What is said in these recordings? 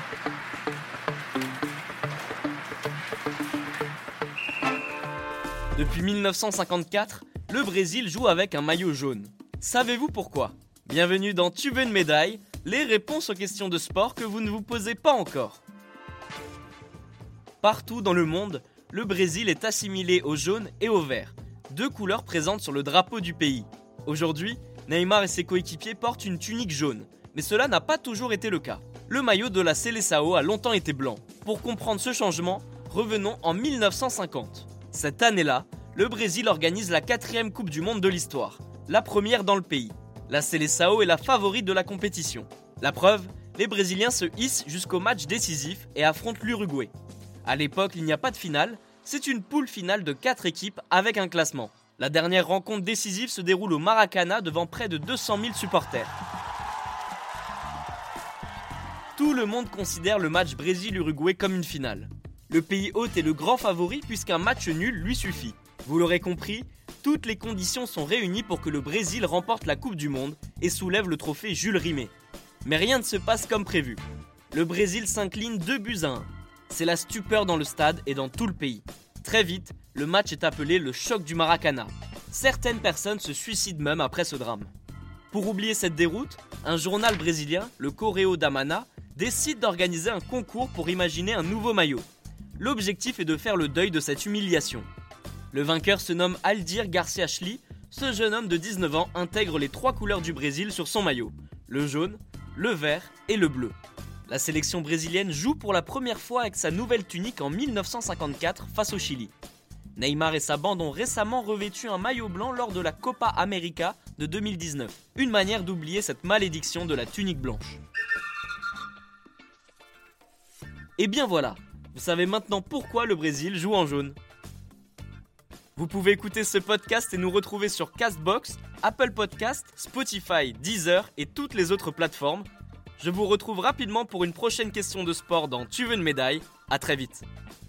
Depuis 1954, le Brésil joue avec un maillot jaune. Savez-vous pourquoi ? Bienvenue dans Tu veux une médaille ? Les réponses aux questions de sport que vous ne vous posez pas encore. Partout dans le monde, le Brésil est assimilé au jaune et au vert, deux couleurs présentes sur le drapeau du pays. Aujourd'hui, Neymar et ses coéquipiers portent une tunique jaune, mais cela n'a pas toujours été le cas. Le maillot de la Seleção a longtemps été blanc. Pour comprendre ce changement, revenons en 1950. Cette année-là, le Brésil organise la 4e Coupe du Monde de l'histoire, la première dans le pays. La Seleção est la favorite de la compétition. La preuve, les Brésiliens se hissent jusqu'au match décisif et affrontent l'Uruguay. À l'époque, il n'y a pas de finale, c'est une poule finale de 4 équipes avec un classement. La dernière rencontre décisive se déroule au Maracanã devant près de 200 000 supporters. Tout le monde considère le match Brésil-Uruguay comme une finale. Le pays hôte est le grand favori puisqu'un match nul lui suffit. Vous l'aurez compris, toutes les conditions sont réunies pour que le Brésil remporte la Coupe du Monde et soulève le trophée Jules Rimet. Mais rien ne se passe comme prévu. Le Brésil s'incline 2-1. C'est la stupeur dans le stade et dans tout le pays. Très vite, le match est appelé le choc du Maracanã. Certaines personnes se suicident même après ce drame. Pour oublier cette déroute, un journal brésilien, le Correio da Manhã, décide d'organiser un concours pour imaginer un nouveau maillot. L'objectif est de faire le deuil de cette humiliation. Le vainqueur se nomme Aldir Garcia Schli. Ce jeune homme de 19 ans intègre les 3 couleurs du Brésil sur son maillot, le jaune, le vert et le bleu. La sélection brésilienne joue pour la première fois avec sa nouvelle tunique en 1954 face au Chili. Neymar et sa bande ont récemment revêtu un maillot blanc lors de la Copa América de 2019. Une manière d'oublier cette malédiction de la tunique blanche. Et bien voilà, vous savez maintenant pourquoi le Brésil joue en jaune. Vous pouvez écouter ce podcast et nous retrouver sur Castbox, Apple Podcast, Spotify, Deezer et toutes les autres plateformes. Je vous retrouve rapidement pour une prochaine question de sport dans Tu veux une médaille. À très vite.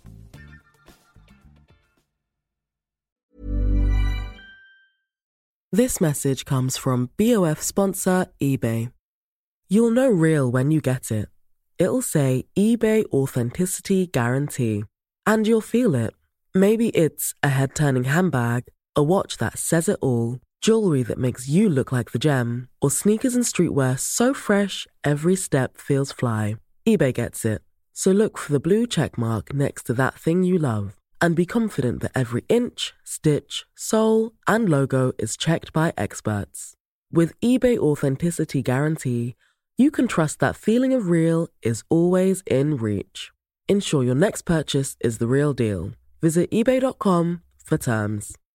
This message comes from BOF sponsor eBay. You'll know real when you get it. It'll say eBay Authenticity Guarantee. And you'll feel it. Maybe it's a head-turning handbag, a watch that says it all, jewelry that makes you look like the gem, or sneakers and streetwear so fresh every step feels fly. eBay gets it. So look for the blue check mark next to that thing you love and be confident that every inch, stitch, sole, and logo is checked by experts. With eBay Authenticity Guarantee, you can trust that feeling of real is always in reach. Ensure your next purchase is the real deal. Visit ebay.com for terms.